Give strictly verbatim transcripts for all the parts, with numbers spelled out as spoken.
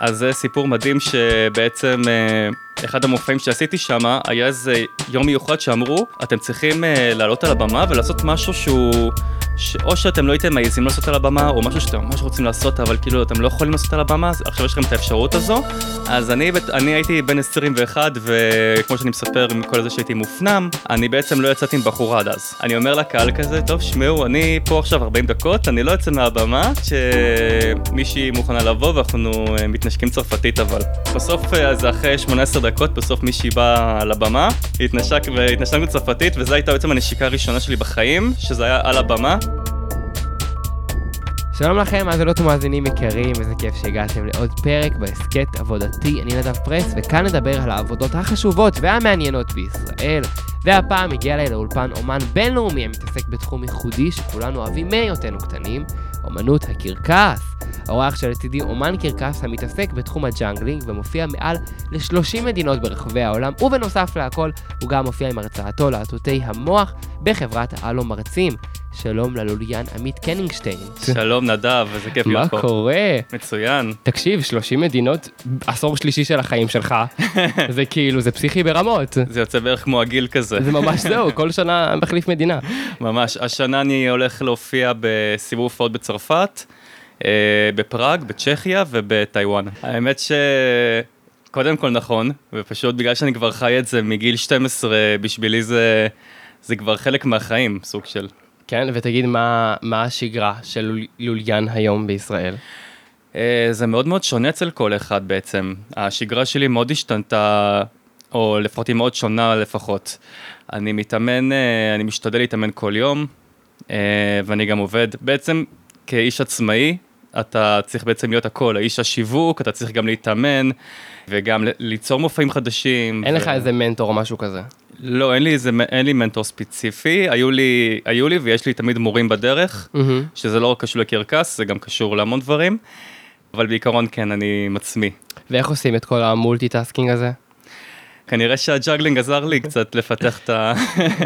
אז זה סיפור מדהים שבעצם אחד המופעים שעשיתי שם היה איזה יום מיוחד שאמרו, אתם צריכים לעלות על הבמה ולעשות משהו שהוא, או שאתם לא הייתם מעיזים לעשות על הבמה, או משהו שאתם ממש רוצים לעשות, אבל כאילו אתם לא יכולים לעשות על הבמה, אז עכשיו יש לכם את האפשרות הזו. אז אני, אני הייתי בן עשרים ואחת, וכמו שאני מספר עם כל זה שהייתי מופנם, אני בעצם לא יצאתי עם בחורה עד אז. אני אומר לקהל כזה, טוב, שמעו, אני פה עכשיו ארבעים דקות, אני לא יוצא מהבמה, שמישהי מוכנה לבוא, ואנחנו מתנשקים צרפתית, אבל בסוף, אז אחרי שמונה עשרה דקות, בסוף מישהי באה לבמה, התנשק והתנשקנו צרפתית, וזו הייתה בעצם הנשיקה הראשונה שלי בחיים, שזה היה על הבמה. שלום לכם, מאזינות ומאזינים יקרים, איזה כיף שהגעתם לעוד פרק בהסכת עבודתי. אני נדב פרס, וכאן נדבר על העבודות החשובות והמעניינות בישראל. והפעם הגיע אליי לאולפן אומן בינלאומי המתעסק בתחום ייחודי שכולנו אוהבים מהיותנו קטנים, אומנות הקרקס. האורח שלצידי אומן קרקס המתעסק בתחום הג'אנגלינג ומופיע מעל ל-שלושים מדינות ברחבי העולם, ובנוסף להכל הוא גם מופיע עם הרצאתו להטוטי המוח בחברת אלו מרצים. שלום ללוליין עמית קנינגשטיין. שלום נדב, איזה כיף להיות פה. מה קורה? מצוין. תקשיב, שלושים מדינות, עשור שלישי של החיים שלך, זה כאילו, זה פסיכי ברמות. זה יוצא בערך כמו הגיל כזה. זה ממש זהו, כל שנה מחליף מדינה. ממש, השנה אני הולך להופיע בסיבוב הופעות בצרפת, בפראג, בצ'כיה ובטיואן. האמת שקודם כל נכון, ופשוט בגלל שאני כבר חי את זה מגיל שתים עשרה, בשבילי זה, זה כבר חלק מהחיים, סוג של... כן, ותגיד מה, מה השגרה של לוליין היום בישראל? זה מאוד מאוד שונה אצל כל אחד בעצם. השגרה שלי מאוד השתנתה, או לפחות היא מאוד שונה לפחות. אני מתאמן, אני משתדל להתאמן כל יום, ואני גם עובד. בעצם כאיש עצמאי, אתה צריך בעצם להיות הכל, האיש השיווק, אתה צריך גם להתאמן, וגם ליצור מופעים חדשים. אין ו... לך איזה מנטור או משהו כזה? לא, אין לי, איזה, אין לי מנטור ספציפי, היו לי, היו לי ויש לי תמיד מורים בדרך, mm-hmm. שזה לא רק קשור לקרקס, זה גם קשור להמון דברים, אבל בעיקרון כן, אני מצמי. ואיך עושים את כל המולטי-טאסקינג הזה? כנראה שהג'אגלינג עזר לי קצת לפתח את, ה...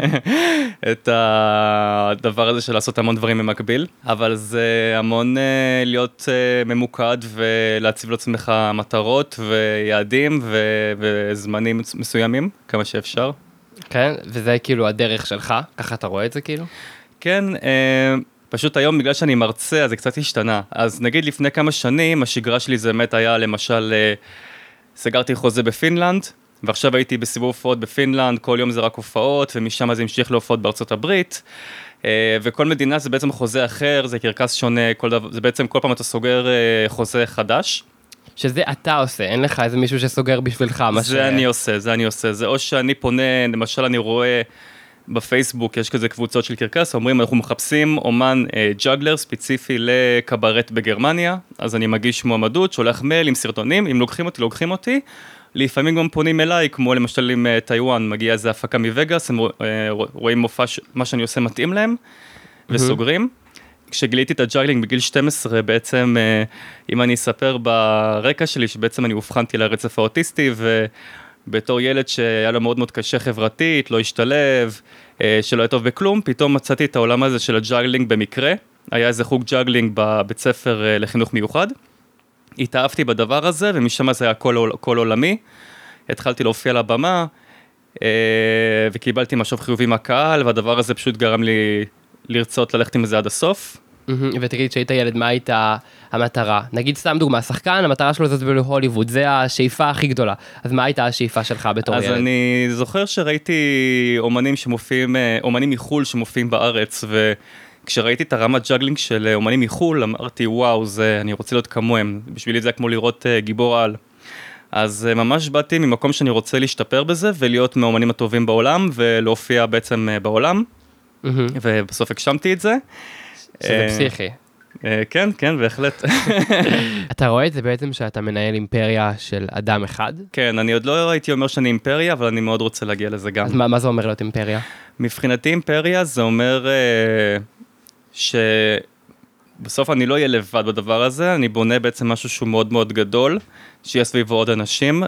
את הדבר הזה של לעשות המון דברים במקביל, אבל זה המון להיות ממוקד ולהציב לעצמך מטרות ויעדים ו... וזמנים מסוימים, כמה שאפשר. כן, וזה כאילו הדרך שלך, ככה אתה רואה את זה כאילו? כן, פשוט היום בגלל שאני מרצה, אז זה קצת השתנה. אז נגיד לפני כמה שנים, השגרה שלי זה באמת היה למשל, סגרתי חוזה בפינלנד, ועכשיו הייתי בסיבוב הופעות בפינלנד, כל יום זה רק הופעות, ומשם זה המשיך להופעות בארצות הברית, וכל מדינה זה בעצם חוזה אחר, זה קרקס שונה, כל דבר, זה בעצם כל פעם אתה סוגר חוזה חדש. שזה אתה עושה, אין לך איזה מישהו שסוגר בשבילך. זה ש... אני עושה, זה אני עושה, זה או שאני פונה, למשל אני רואה בפייסבוק, יש כזה קבוצות של קרקס, אומרים אנחנו מחפשים אומן ג'אגלר ספציפי לקברט בגרמניה, אז אני מגיש מועמדות, שולח מייל עם סרטונים, אם לוקחים אותי, לוקחים אותי, לפעמים גם פונים אליי, כמו למשל עם טיואן, מגיע איזה הפקה מווגאס, הם רואים מופע, מה שאני עושה מתאים להם, וסוגרים. כשגיליתי את הג'אגלינג בגיל שתים עשרה, בעצם, אם אני אספר ברקע שלי, שבעצם אני הובחנתי לרצף האוטיסטי, ובתור ילד שהיה לו מאוד מאוד קשה חברתית, לא השתלב, שלא היה טוב בכלום, פתאום מצאתי את העולם הזה של הג'אגלינג במקרה, היה איזה חוג ג'אגלינג בבית ספר לחינוך מיוחד, התאהבתי בדבר הזה, ומשם זה היה כל, כל עולמי. התחלתי להופיע לבמה, וקיבלתי משוב חיובי מהקהל, והדבר הזה פשוט גרם לי לרצות ללכת עם זה עד הסוף. ותגיד שהיית ילד, מה הייתה המטרה? נגיד סתם דוגמה, שחקן, המטרה שלו זה בהוליווד, זה השאיפה הכי גדולה. אז מה הייתה השאיפה שלך בתור אז ילד? אז אני זוכר שראיתי אומנים שמופיעים, אומנים מחול שמופיעים בארץ, ו... כשראיתי את הרמת ג'אגלינג של אומנים מחול, אמרתי, וואו, זה, אני רוצה להיות כמוהם. בשבילי זה כמו לראות uh, גיבור על. אז uh, ממש באתי ממקום שאני רוצה להשתפר בזה, ולהיות מהאומנים הטובים בעולם, ולהופיע בעצם uh, בעולם. Mm-hmm. ובסוף הגשמתי את זה. שזה uh, פסיכי. Uh, כן, כן, בהחלט. אתה רואה את זה בעצם שאתה מנהל אימפריה של אדם אחד? כן, אני עוד לא הייתי אומר שאני אימפריה, אבל אני מאוד רוצה להגיע לזה גם. אז מה, מה זה אומר להיות אימפריה? מבחינתי אימפריה זה אומר... Uh, שבסוף אני לא אהיה לבד בדבר הזה, אני בונה בעצם משהו שהוא מאוד מאוד גדול, שיהיה סביבו עוד אנשים,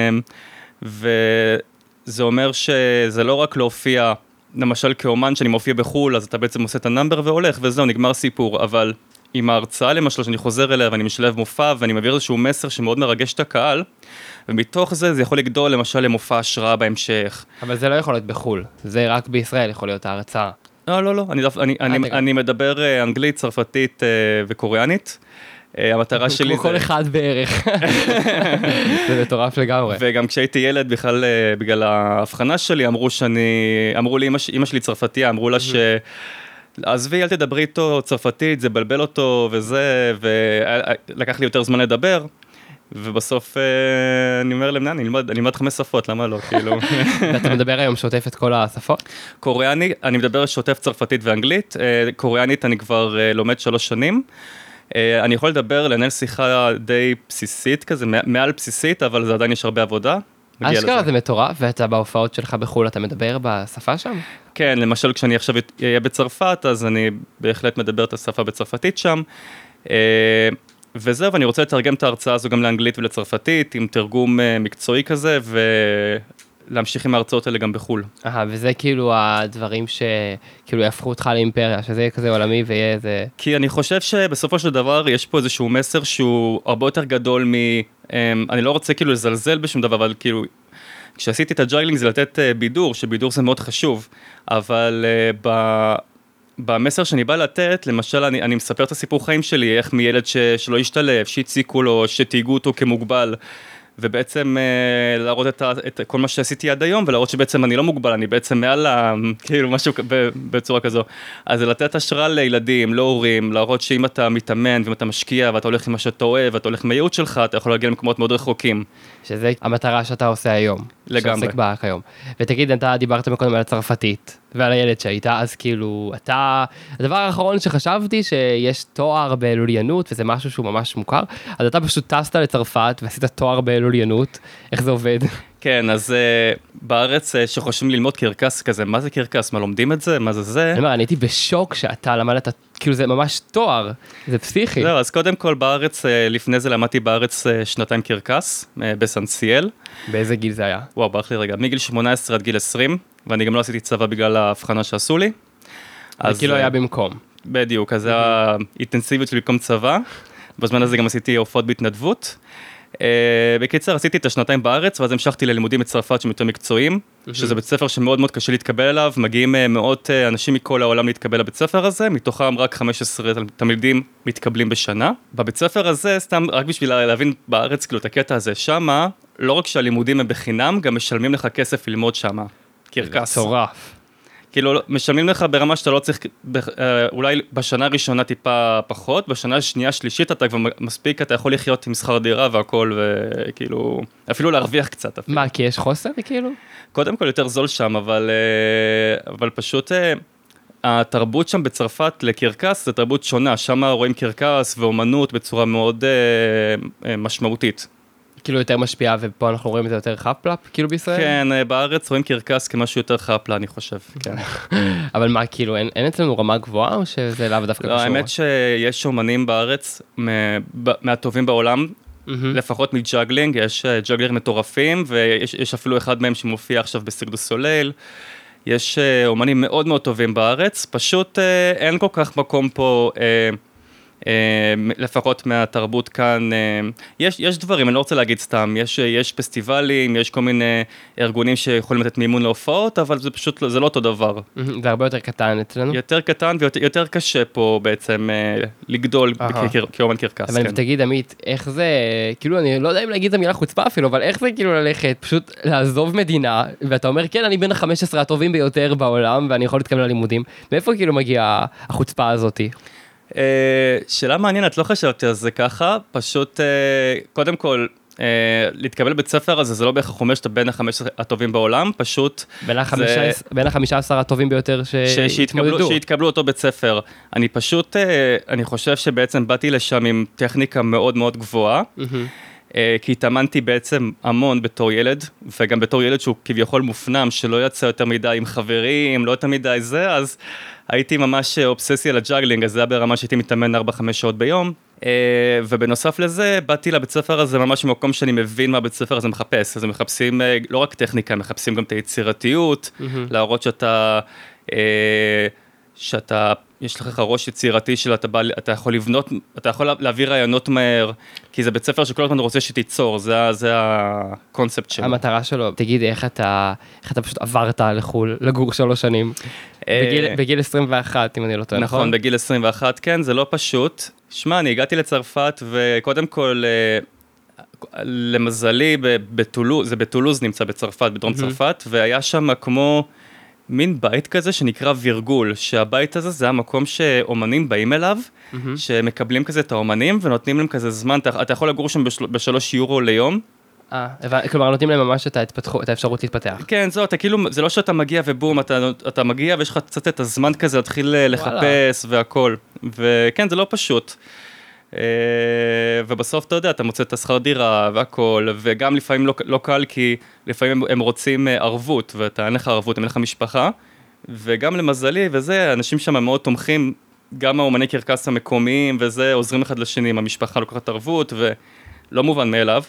וזה אומר שזה לא רק להופיע, למשל כאומן שאני מופיע בחול, אז אתה בעצם עושה את הנאמבר והולך, וזהו, נגמר סיפור, אבל עם ההרצאה למשל, שאני חוזר אליה ואני משלב מופע, ואני מעביר איזשהו מסר שמאוד מרגש את הקהל, ומתוך זה זה יכול לגדול למשל למופע השראה בהמשך. אבל זה לא יכול להיות בחול, זה רק בישראל יכול להיות ההרצאה. לא, לא, לא, אני, אני, אני, אני מדבר אנגלית, צרפתית וקוריאנית. המטרה שלי זה... כמו כל אחד בערך. זה מטורף לגמרי. וגם כשהייתי ילד, בכלל, בגלל ההבחנה שלי, אמרו שאני, אמרו לי, אמא שלי צרפתיה, אמרו לה ש... עזבי, אל תדברי איתו צרפתית, זה בלבל אותו וזה, ולקח לי יותר זמן לדבר, ובסוף אני אומר להם, אני אלמד חמש שפות, למה לא, כאילו. ואתה מדבר היום שוטף את כל השפות? קוריאני, אני מדבר שוטף צרפתית ואנגלית, קוריאנית אני כבר לומד שלוש שנים, אני יכול לדבר, לנהל שיחה די בסיסית כזה, מעל בסיסית, אבל זה עדיין יש הרבה עבודה. אשכרה זה מטורף, ואתה בהופעות שלך בחו"ל, אתה מדבר בשפה שם? כן, למשל כשאני עכשיו אהיה בצרפת, אז אני בהחלט מדבר את השפה בצרפתית שם, וזהו, ואני רוצה לתרגם את ההרצאה הזו גם לאנגלית ולצרפתית, עם תרגום מקצועי כזה, ולהמשיך עם ההרצאות האלה גם בחו"ל. אהה, וזה כאילו הדברים שכאילו יהפכו אותך לאימפריה, שזה יהיה כזה עולמי ויהיה איזה... כי אני חושב שבסופו של דבר יש פה איזשהו מסר שהוא הרבה יותר גדול מ... אני לא רוצה כאילו לזלזל בשום דבר, אבל כאילו, כשעשיתי את הג'יילינג זה לתת בידור, שבידור זה מאוד חשוב, אבל ב... במסר שאני בא לתת, למשל, אני, אני מספר את הסיפור חיים שלי, איך מילד ש, שלא ישתלב, שהציקו לו, שתהיגו אותו כמוגבל, ובעצם אה, להראות את, ה, את כל מה שעשיתי עד היום, ולהראות שבעצם אני לא מוגבל, אני בעצם מעל, כאילו משהו ב, בצורה כזו. אז זה לתת השראה לילדים, להורים, להראות שאם אתה מתאמן, ואם אתה משקיע, ואתה הולך עם מה שאתה אוהב, ואתה הולך עם הייעוד שלך, אתה יכול להגיע למקומות מאוד רחוקים. שזה המטרה שאתה עושה היום. לגמרי. שעוסק בה כיום. ותגיד, אתה דיברת מקודם על הצרפתית, ועל הילד שהיית, אז כאילו, אתה, הדבר האחרון שחשבתי שיש תואר בלוליינות, וזה משהו שהוא ממש מוכר, אז אתה פשוט טסת לצרפת ועשית תואר בלוליינות, איך זה עובד? כן, אז uh, בארץ uh, שחושבים ללמוד קרקס כזה, מה זה קרקס? מה לומדים את זה? מה זה זה? אני אומר, אני הייתי בשוק שאתה למדת, כאילו זה ממש תואר, זה פסיכי. לא, אז קודם כל בארץ, uh, לפני זה למדתי בארץ uh, שנתיים קרקס, uh, בסנסיאל. באיזה גיל זה היה? וואו, ברח לי רגע, מגיל שמונה עשרה עד גיל עשרים, ואני גם לא עשיתי צבא בגלל ההבחנה שעשו לי. זה כאילו היה במקום. בדיוק, אז זה האינטנסיביות שלי במקום צבא, בזמן הזה גם עשיתי הופעות בהתנדבות. בקיצר, עשיתי את השנתיים בארץ, ואז המשכתי ללימודים בצרפת שהם יותר מקצועיים, שזה בית ספר שמאוד מאוד קשה להתקבל אליו, מגיעים מאות אנשים מכל העולם להתקבל לבית ספר הזה, מתוכם רק חמישה עשר תלמידים מתקבלים בשנה. בבית ספר הזה, סתם רק בשביל להבין בארץ, כאילו את הקטע הזה, שמה, לא רק שהלימודים הם בחינם, גם משלמים לך כסף ללמוד שמה. קרקס. מטורף. כאילו, משלמים לך ברמה שאתה לא צריך, אולי בשנה הראשונה טיפה פחות, בשנה השנייה, שלישית, אתה כבר מספיק, אתה יכול לחיות עם שכר דירה והכל, וכאילו, אפילו להרוויח קצת. אפילו. מה, כי יש חוסר, כאילו? קודם כל יותר זול שם, אבל, אבל פשוט, התרבות שם בצרפת לקרקס, זה תרבות שונה, שם רואים קרקס ואומנות בצורה מאוד משמעותית. כאילו יותר משפיעה, ופה אנחנו רואים את זה יותר חפלאפ, כאילו בישראל? כן, בארץ רואים קרקס כמשהו יותר חפלה, אני חושב, כן. אבל מה, כאילו, אין, אין אצלנו רמה גבוהה, או שזה לאו דווקא לא, קשור? האמת שיש אומנים בארץ, מהטובים בעולם, לפחות מג'אגלינג, יש ג'אגלרים מטורפים, ויש אפילו אחד מהם שמופיע עכשיו בסירק דו סולייל, יש אומנים מאוד מאוד טובים בארץ, פשוט אין כל כך מקום פה... לפחות מהתרבות כאן, יש, יש דברים, אני לא רוצה להגיד סתם, יש, יש פסטיבלים, יש כל מיני ארגונים שיכולים לתת מימון להופעות, אבל זה פשוט, זה לא אותו דבר. זה הרבה יותר קטן אצלנו. יותר קטן ויותר יותר קשה פה בעצם לגדול כאומן קרקס. אבל כן. תגיד עמית, איך זה, כאילו אני לא יודע אם להגיד את המילה חוצפה אפילו, אבל איך זה כאילו ללכת, פשוט לעזוב מדינה, ואתה אומר, כן, אני בין ה-חמש עשרה הטובים ביותר בעולם, ואני יכול להתקבל ללימודים. מאיפה כאילו מגיעה החוצפה הזאתי? שאלה מעניינת, לא חשבתי על זה ככה, פשוט קודם כל, להתקבל בית ספר הזה, זה לא בהכרח אומר שאתה בין החמש הטובים בעולם, פשוט... בין החמישה עשר הטובים ביותר שהתמודדו. שהתקבלו אותו בית ספר. אני פשוט, אני חושב שבעצם באתי לשם עם טכניקה מאוד מאוד גבוהה, כי התאמנתי בעצם המון בתור ילד, וגם בתור ילד שהוא כביכול מופנם, שלא יצא יותר מדי עם חברים, לא יותר מדי זה, אז הייתי ממש אובססיה לג'אגלינג, אז זה היה ברמה שהייתי מתאמן ארבע חמש שעות ביום, ובנוסף לזה, באתי לבית ספר הזה ממש במקום שאני מבין מה בית ספר הזה מחפש, אז הם מחפשים לא רק טכניקה, הם מחפשים גם את היצירתיות, להראות שאתה, שאתה יש לך ראש יצירתי של אתה, בא, אתה יכול לבנות, אתה יכול להביא רעיונות מהר, כי זה בית ספר שכל הזמן רוצה שתיצור, זה, זה הקונספט שלו. המטרה שלו, תגיד איך אתה, איך אתה פשוט עברת לחול, לגור שלוש שנים, בגיל, בגיל עשרים ואחת, אם אני לא טועה, נכון? נכון, בגיל עשרים ואחת, כן, זה לא פשוט. שמע, אני הגעתי לצרפת, וקודם כל, למזלי, בטולוז, זה בטולוז נמצא בצרפת, בדרום צרפת, והיה שם כמו מין בית כזה שנקרא וירגול, שהבית הזה זה המקום שאומנים באים אליו, שמקבלים כזה את האומנים, ונותנים להם כזה זמן, אתה יכול לגור שם בשלוש יורו ליום. אה, כלומר, נותנים להם ממש את האפשרות להתפתח. כן, זו, אתה כאילו, זה לא שאתה מגיע ובום, אתה מגיע ויש לך קצת את הזמן כזה, להתחיל לחפש והכל, וכן, זה לא פשוט. ובסוף אתה יודע, אתה מוצא את השכר דירה והכל, וגם לפעמים לא, לא קל, כי לפעמים הם רוצים ערבות, ואתה אין לך ערבות, אין לך משפחה, וגם למזלי, וזה, אנשים שם מאוד תומכים, גם האומני קרקס המקומיים, וזה, עוזרים אחד לשני, עם המשפחה לוקחת ערבות, ולא מובן מאליו.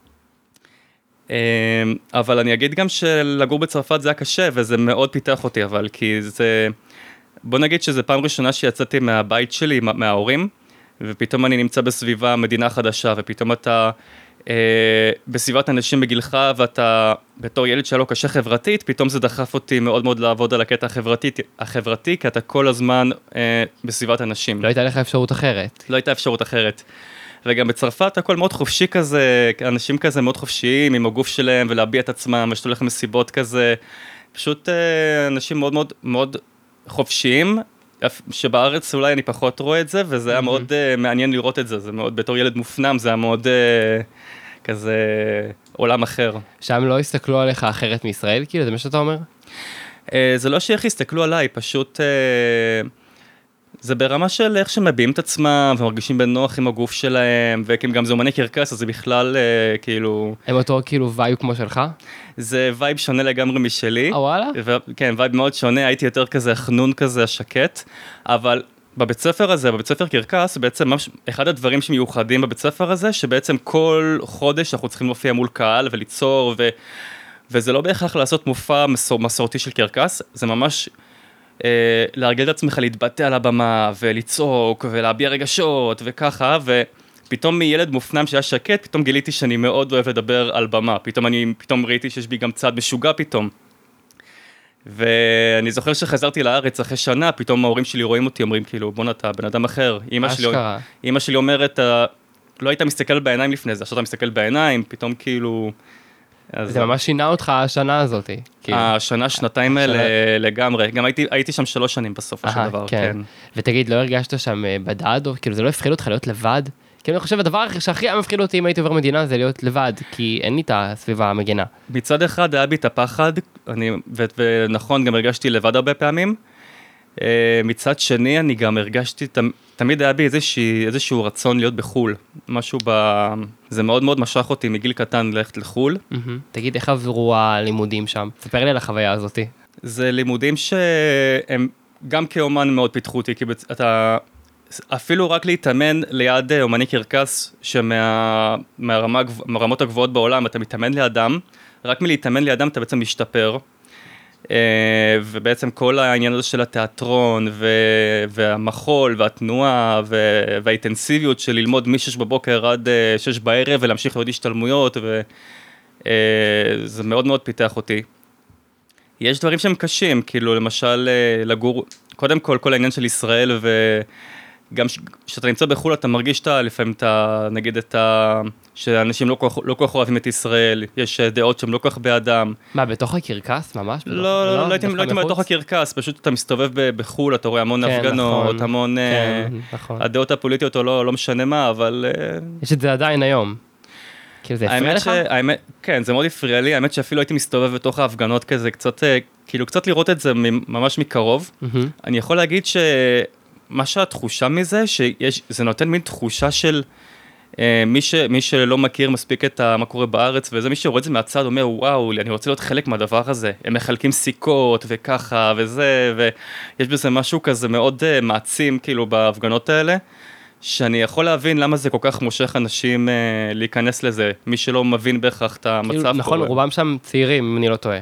אבל אני אגיד גם שלגור בצרפת זה היה קשה, וזה מאוד פיתח אותי, אבל כי זה, בוא נגיד שזה פעם ראשונה שיצאתי מהבית שלי, מההורים, ופתאום אני נמצא בסביבה מדינה חדשה, ופתאום אתה אה, בסביבת אנשים בגילך, ואתה בתור ילד שלא קשה חברתית, פתאום זה דחף אותי מאוד מאוד לעבוד על הקטע החברתי, החברתי, כי אתה כל הזמן אה, בסביבת אנשים. לא הייתה לך אפשרות אחרת. לא הייתה אפשרות אחרת. וגם בצרפת הכל מאוד חופשי כזה, אנשים כזה מאוד חופשיים עם הגוף שלהם, ולהביע את עצמם, ושתו לך מסיבות כזה, פשוט אה, אנשים מאוד מאוד מאוד חופשיים, שבארץ אולי אני פחות רואה את זה, וזה היה מאוד uh, מעניין לראות את זה, זה מאוד, בתור ילד מופנם, זה היה מאוד uh, כזה עולם אחר. שם לא הסתכלו עליך אחרת מישראל, כאילו, זה מה שאתה אומר? Uh, זה לא שאיך הסתכלו עליי, פשוט, uh, זה ברמה של איך שמביעים את עצמם, ומרגישים בנוח עם הגוף שלהם, וכי גם זה אומני קרקס, אז זה בכלל uh, כאילו... הם אותו כאילו וייב כמו שלך? זה וייב שונה לגמרי משלי. אה, וואלה? ו- כן, וייב מאוד שונה, הייתי יותר כזה חנון כזה, שקט, אבל בבית ספר הזה, בבית ספר קרקס, בעצם אחד הדברים שמיוחדים בבית ספר הזה, שבעצם כל חודש אנחנו צריכים להופיע מול קהל וליצור, ו- וזה לא בהכרח לעשות מופע מסור- מסורתי של קרקס, זה ממש אה, להרגל את עצמך להתבטא על הבמה, ולצעוק, ולהביע רגשות, וככה, ו... פתאום מילד מופנם שהיה שקט, פתאום גיליתי שאני מאוד אוהב לדבר על במה, פתאום אני, פתאום ראיתי שיש בי גם צד משוגע פתאום. ואני זוכר שחזרתי לארץ אחרי שנה, פתאום ההורים שלי רואים אותי, אומרים כאילו, בוא נתה, בן אדם אחר. אמא שלי, אמא שלי אומרת, לא היית מסתכל בעיניים לפני זה, עכשיו אתה מסתכל בעיניים, פתאום כאילו... זה ממש שינה אותך השנה הזאת. השנה, שנתיים האלה לגמרי, גם הייתי שם שלוש שנים בסופו של דבר, כן. ותגיד, לא הרגשת שם בדד, או כאילו זה לא הפחיד אותך להיות לבד? כי אני חושב, הדבר שהכי מפחיד אותי אם הייתי עובר מדינה, זה להיות לבד, כי אין לי את הסביבה המגינה. מצד אחד היה בי את הפחד, ונכון, גם הרגשתי לבד הרבה פעמים. מצד שני, אני גם הרגשתי, תמיד היה בי איזשהו רצון להיות בחול. משהו ב... זה מאוד מאוד משך אותי מגיל קטן ללכת לחול. תגיד, איך עברו הלימודים שם? תספר לי על החוויה הזאת. זה לימודים שהם גם כאומן מאוד פיתחו אותי, כי אתה... אפילו רק להתאמן ליד אומני קרקס, שמהרמות הגבוהות בעולם, אתה מתאמן לידם, רק מלהתאמן לידם אתה בעצם משתפר, ובעצם כל העניין הזה של התיאטרון, והמחול, והתנועה, והאינטנסיביות של ללמוד משש בבוקר עד שש בערב, ולהמשיך לעוד השתלמויות, וזה מאוד מאוד פיתח אותי. יש דברים שהם קשים, כאילו למשל לגור, קודם כל כל העניין של ישראל, ו... גם כשאתה נמצא בחו"ל, אתה מרגיש שאתה, לפעמים אתה, נגיד את ה... שאנשים לא כל כך אוהבים את ישראל, יש דעות שהם לא כל כך באדם. מה, בתוך הקרקס ממש? לא, לא הייתי בתוך הקרקס, פשוט אתה מסתובב בחו"ל, אתה רואה המון הפגנות, המון... הדעות הפוליטיות או לא משנה מה, אבל... יש את זה עדיין היום. כאילו זה הפריע לך? כן, זה מאוד הפריע לי, האמת שאפילו הייתי מסתובב בתוך ההפגנות כזה, קצת, כאילו קצת לראות את זה ממש מקרוב. אני יכול להגיד ש... מה שהתחושה מזה, שזה נותן מין תחושה של אה, מי, ש, מי שלא מכיר מספיק את מה קורה בארץ, וזה מי שרואה את זה מהצד, אומר, וואו, אני רוצה להיות חלק מהדבר הזה. הם מחלקים סיכות וככה וזה, ויש בזה משהו כזה מאוד אה, מעצים, כאילו, בהפגנות האלה, שאני יכול להבין למה זה כל כך מושך אנשים אה, להיכנס לזה, מי שלא מבין בהכרח את המצב. כאילו, נכון, רובם שם צעירים, אם אני לא טועה.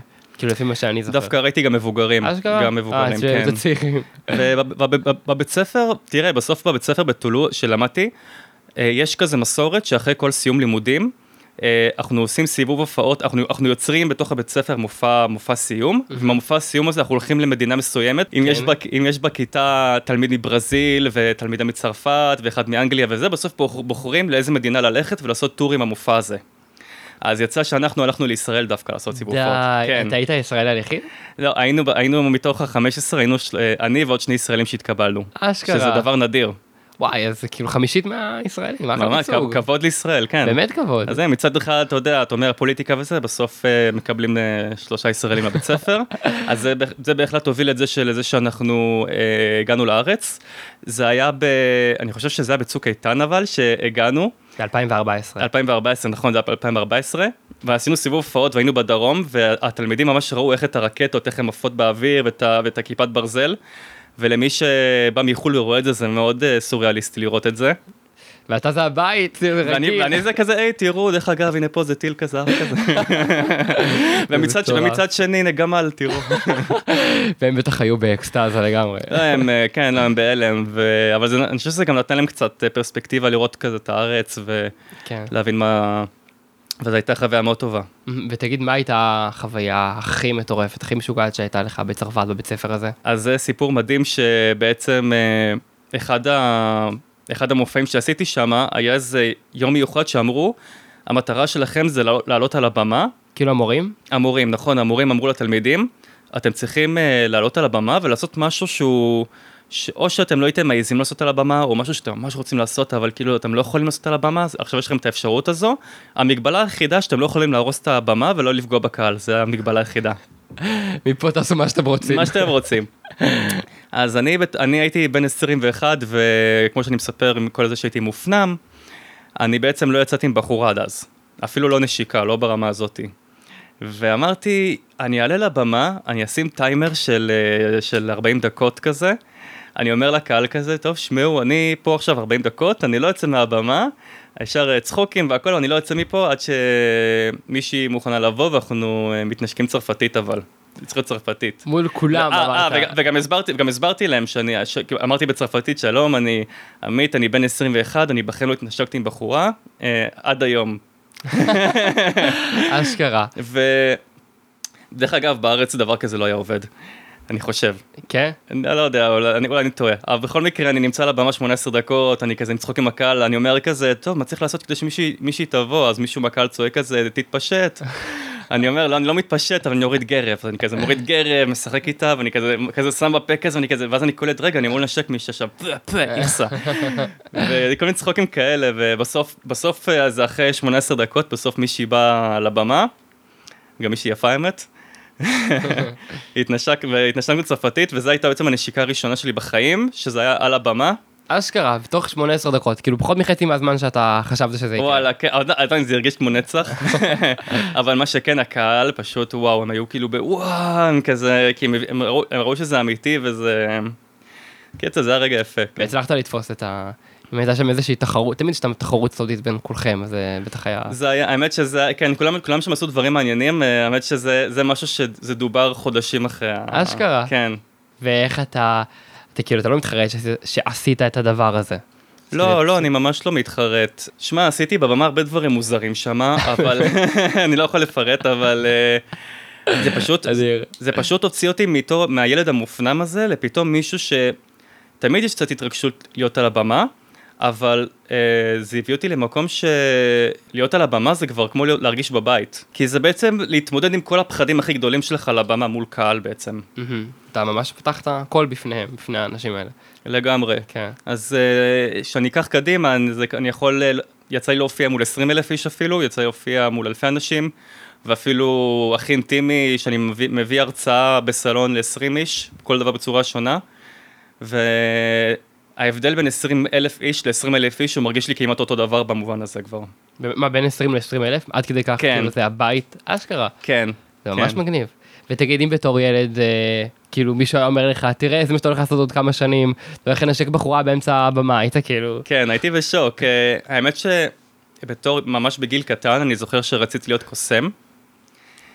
כאילו לפי מה שאני זוכר. דווקא ראיתי גם מבוגרים. אשכרה? גם מבוגרים, כן. אה, זה צעירים. ובבית ספר, תראה, בסוף בבית ספר בטולו שלמדתי, יש כזה מסורת שאחרי כל סיום לימודים, אנחנו עושים סיבוב הופעות, אנחנו, אנחנו יוצרים בתוך הבית ספר מופע, מופע סיום, mm-hmm. ובמופע הסיום הזה אנחנו הולכים למדינה מסוימת, אם, כן. יש בה, אם יש בכיתה תלמיד מברזיל ותלמידה מצרפת ואחד מאנגליה וזה, בסוף בוחרים לאיזה מדינה ללכת ולעשות טור עם המופע הזה. אז יצא שאנחנו הלכנו לישראל דווקא לעשות סיבוב הופעות. די, כן. אתה היית ישראל היחיד? לא, היינו, היינו מתוך ה-חמש עשרה, היינו אני ועוד שני ישראלים שהתקבלנו. אשכרה. שזה דבר נדיר. וואי, אז זה כאילו חמישית מהישראלים, ממש, כבוד לישראל, כן. באמת כבוד. אז זה, מצד אחד, אתה יודע, אתה אומר פוליטיקה וזה, בסוף מקבלים שלושה ישראלים לבית ספר, אז זה בהחלט הוביל את זה לזה שאנחנו הגענו לארץ. זה היה ב... אני חושב שזה היה בצוק איתן אבל, שהגענו. ב-אלפיים וארבע עשרה. אלפיים וארבע עשרה, נכון, זה היה ב-אלפיים וארבע עשרה, ועשינו סיבוב הופעות והיינו בדרום, והתלמידים ממש ראו איך את הרקטות, איך הן עפות באוויר ואת הכיפת ברזל. ולמי שבא מחו"ל ורואה את זה, זה מאוד סוריאליסטי לראות את זה. ואתה זה הבית, זה רגיל. ואני זה כזה, היי, תראו, דרך אגב, הנה פה זה טיל כזה, אף כזה. ומצד שני, הנה גמל, תראו. והם בטח היו באקסטאזה לגמרי. הם, כן, הם בהלם, אבל אני חושב שזה גם נתן להם קצת פרספקטיבה לראות כזה את הארץ, ולהבין מה... וזו הייתה חוויה מאוד טובה. ותגיד, מה הייתה החוויה הכי מטורפת, הכי משוגעת שהייתה לך בצרפת בבית ספר הזה? אז זה סיפור מדהים שבעצם אחד, ה... אחד המופעים שעשיתי שם, היה איזה יום מיוחד שאמרו, המטרה שלכם זה לעלות על הבמה. כאילו המורים? המורים, נכון, המורים אמרו לתלמידים, אתם צריכים לעלות על הבמה ולעשות משהו שהוא... או שאתם לא הייתם מעיזים לעשות על הבמה, או משהו שאתם ממש רוצים לעשות, אבל כאילו אתם לא יכולים לעשות על הבמה, עכשיו יש לכם את האפשרות הזו. המגבלה היחידה שאתם לא יכולים להרוס את הבמה ולא לפגוע בקהל, זה המגבלה היחידה. מפה תעשו מה שאתם רוצים. מה שאתם רוצים. אז אני, אני הייתי בן עשרים ואחת, וכמו שאני מספר עם כל זה שהייתי מופנם, אני בעצם לא יצאתי עם בחורה עד אז. אפילו לא נשיקה, לא ברמה הזאת. ואמרתי, אני אעלה לבמה, אני אשים טיימר של, של ארבעים דקות כזה, אני אומר לקהל כזה, טוב, שמעו, אני פה עכשיו ארבעים דקות, אני לא יוצא מהבמה, ישר צחוקים והכל, אני לא יוצא מפה עד שמישהי מוכנה לבוא, ואנחנו מתנשקים צרפתית אבל, צריך להיות צרפתית. מול כולם אמרת. וגם הסברתי, וגם הסברתי להם שאני, אמרתי בצרפתית, שלום, אני עמית, אני בן עשרים ואחת, אני בכלל לא התנשקתי עם בחורה, עד היום. אשכרה. ודרך אגב, בארץ דבר כזה לא היה עובד. אני חושב. כן? אני לא יודע, אולי, אולי אני טועה. אבל בכל מקרה, אני נמצא על הבמה שמונה עשרה דקות, אני כזה מצחוק עם הקהל, אני אומר כזה, טוב, מה צריך לעשות כדי שמישהי תבוא? אז מישהו מהקהל צועק כזה, תתפשט. אני אומר, לא, אני לא מתפשט, אבל אני אוריד גרב. אז אני כזה מוריד גרב, משחק איתה, ואני כזה, כזה שם בפה כזה, ואני כזה, ואז אני קולט, רגע, אני אמור לנשק מישהו שם, פה, פה, איכסה. וכל מיני צחוקים כאלה, ובסוף, בסוף, זה אחרי שמונה עשרה דקות, בסוף מישהי באה לבמה, גם מישהי יפה האמת. התנשק והתנשקנו צרפתית, וזו הייתה בעצם הנשיקה הראשונה שלי בחיים, שזה היה על הבמה. אשכרה, בתוך שמונה עשרה דקות, כאילו פחות מחצי מהזמן שאתה חשבת שזה יקרה. וואלה, עדיין זה הרגיש כמו נצח, אבל מה שכן, הקהל פשוט, וואו, הם היו כאילו בוואו, כזה, כי הם ראו שזה אמיתי, וזה... קצת, זה היה רגע יפה. והצלחת לתפוס את ה... אם הייתה שם איזושהי תחרות, תמיד שאתה תחרות סודית בין כולכם, אז זה בטח היה... זה היה, האמת שזה, כן, כולם, כולם שם עשו דברים מעניינים, האמת שזה, זה משהו שזה דובר חודשים אחרי. אשכרה. כן. ואיך אתה, אתה כאילו, אתה לא מתחרט שעשית את הדבר הזה. לא, לא, אני ממש לא מתחרט. שמע, עשיתי בבמה הרבה דברים מוזרים שם, אבל אני לא יכול לפרט, אבל זה פשוט, זה פשוט הוציא אותי מהילד המופנם הזה, לפתאום מישהו שתמיד יש קצת התרגשות להיות על הבמה, אבל אה, זה הביא אותי למקום שלהיות על הבמה זה כבר כמו להרגיש בבית. כי זה בעצם להתמודד עם כל הפחדים הכי גדולים שלך על הבמה מול קהל בעצם. Mm-hmm. אתה ממש פתחת הכל בפניהם, בפני האנשים האלה. לגמרי. כן. אז אה, שאני אקח קדימה, אני, זה, אני יכול, יצא לי להופיע מול עשרים אלף איש אפילו, יצא לי להופיע מול אלפי אנשים, ואפילו הכי אינטימי, שאני מביא, מביא הרצאה בסלון ל-עשרים איש, כל דבר בצורה שונה. ו... ההבדל בין עשרים אלף איש ל-עשרים אלף איש, הוא מרגיש לי כמעט אותו דבר במובן הזה כבר. מה, בין עשרים ל-עשרים אלף? עד כדי כך, כן. כאילו זה הבית אשכרה. כן. זה ממש כן. מגניב. ותגיד, אם בתור ילד, אה, כאילו מישהו היה אומר לך, תראה, זה מה שאתה הולך לעשות עוד כמה שנים, אתה הולך לנשק בחורה באמצע הבמה, היית כאילו... כן, הייתי בשוק. האמת שבתור, ממש בגיל קטן, אני זוכר שרציתי להיות קוסם.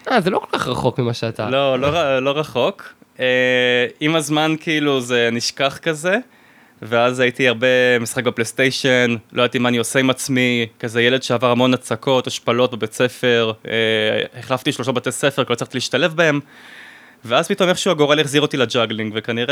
אה, זה לא כל כך רחוק ממה שאתה. לא, לא, לא רחוק. עם הזמן כאילו זה נשכח כזה, ואז הייתי הרבה משחק בפלייסטיישן, לא ידעתי מה אני עושה עם עצמי, כזה ילד שעבר המון הצקות, השפלות בבית ספר, החלפתי שלושה בתי ספר, כי לא צריכתי להשתלב בהם, ואז פתאום איכשהו הגורל החזיר אותי לג'אגלינג, וכנראה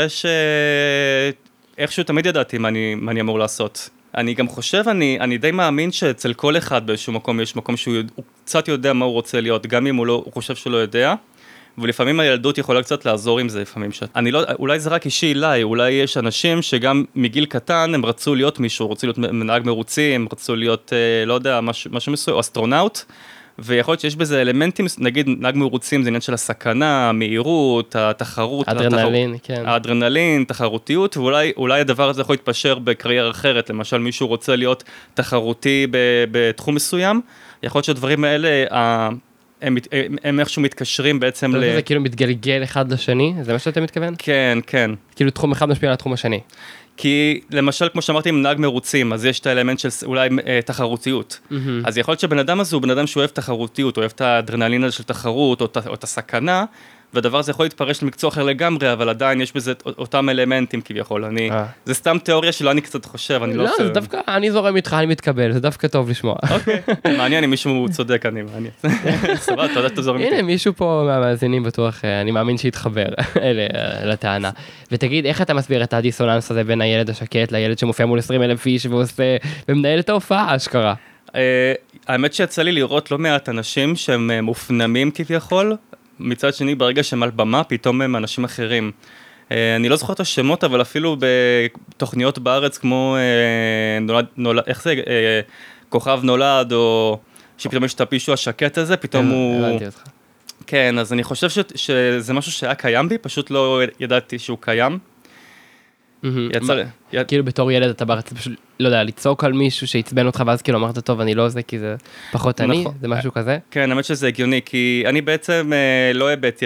שאיכשהו תמיד ידעתי מה אני, מה אני אמור לעשות. אני גם חושב, אני, אני די מאמין שאצל כל אחד באיזשהו מקום יש מקום שהוא הוא קצת יודע מה הוא רוצה להיות, גם אם הוא, לא, הוא חושב שהוא לא יודע, ולפעמים הילדות יכולה קצת לעזור עם זה, לפעמים ש... אני לא, אולי זה רק אישי אליי, אולי יש אנשים שגם מגיל קטן הם רצו להיות מישהו, רצו להיות מנהג מרוצים, רצו להיות, לא יודע, משהו, משהו מסוים, אסטרונאוט, ויכול להיות שיש בזה אלמנטים, נגיד נהג מרוצים זה עניין של הסכנה, המהירות, התחרות, אדרנלין, התחר... כן. האדרנלין, תחרותיות, ואולי אולי הדבר הזה יכול להתפשר בקריירה אחרת, למשל מישהו רוצה להיות תחרותי בתחום מסוים, יכול להיות שהדברים האלה, הם, הם, הם איכשהו מתקשרים בעצם ל... זה כאילו מתגלגל אחד לשני, זה מה שאתה מתכוון? כן, כן. כאילו תחום אחד משפיע על התחום השני. כי למשל, כמו שאמרתי, עם נהג מרוצים, אז יש את האלמנט של אולי אה, תחרותיות. Mm-hmm. אז יכול להיות שבן אדם הזה הוא בן אדם שהוא אוהב תחרותיות, הוא אוהב את האדרנלין הזה של תחרות, או, או את הסכנה, והדבר הזה יכול להתפרש למקצוע אחר לגמרי, אבל עדיין יש בזה אותם אלמנטים כביכול. אני, זה סתם תיאוריה שלא אני קצת חושב, אני לא... לא, זה דווקא, אני זורם איתך, אני מתקבל, זה דווקא טוב לשמוע. אוקיי, מעניין אם מישהו צודק, אני מעניין. סבבה, אתה יודע שאתה זורם איתי. הנה, מישהו פה מהמאזינים בטוח, אני מאמין שיתחבר לטענה. ותגיד, איך אתה מסביר את הדיסוננס הזה בין הילד השקט לילד שמופיע מול עשרים אלף איש ועושה, ומנהל את ההופעה, אשכרה? האמת שיצא לי לראות לא מעט אנשים שהם מופנמים כביכול, מצד שני, ברגע שהם על במה, פתאום הם אנשים אחרים. אני לא זוכר את השמות, אבל אפילו בתוכניות בארץ, כמו נולד, נולד, איך זה, כוכב נולד, או שפתאום יש את הפישו השקט הזה, פתאום הוא... הבנתי אותך. כן, אז אני חושב ש... שזה משהו שהיה קיים בי, פשוט לא ידעתי שהוא קיים. יצא... כאילו בתור ילד אתה בארץ, פשוט, לא יודע, לצעוק על מישהו שהצבן אותך, ואז כאילו אמרת, טוב, אני לא זה, כי זה פחות אני, זה משהו כזה? כן, האמת שזה הגיוני, כי אני בעצם לא הבאתי,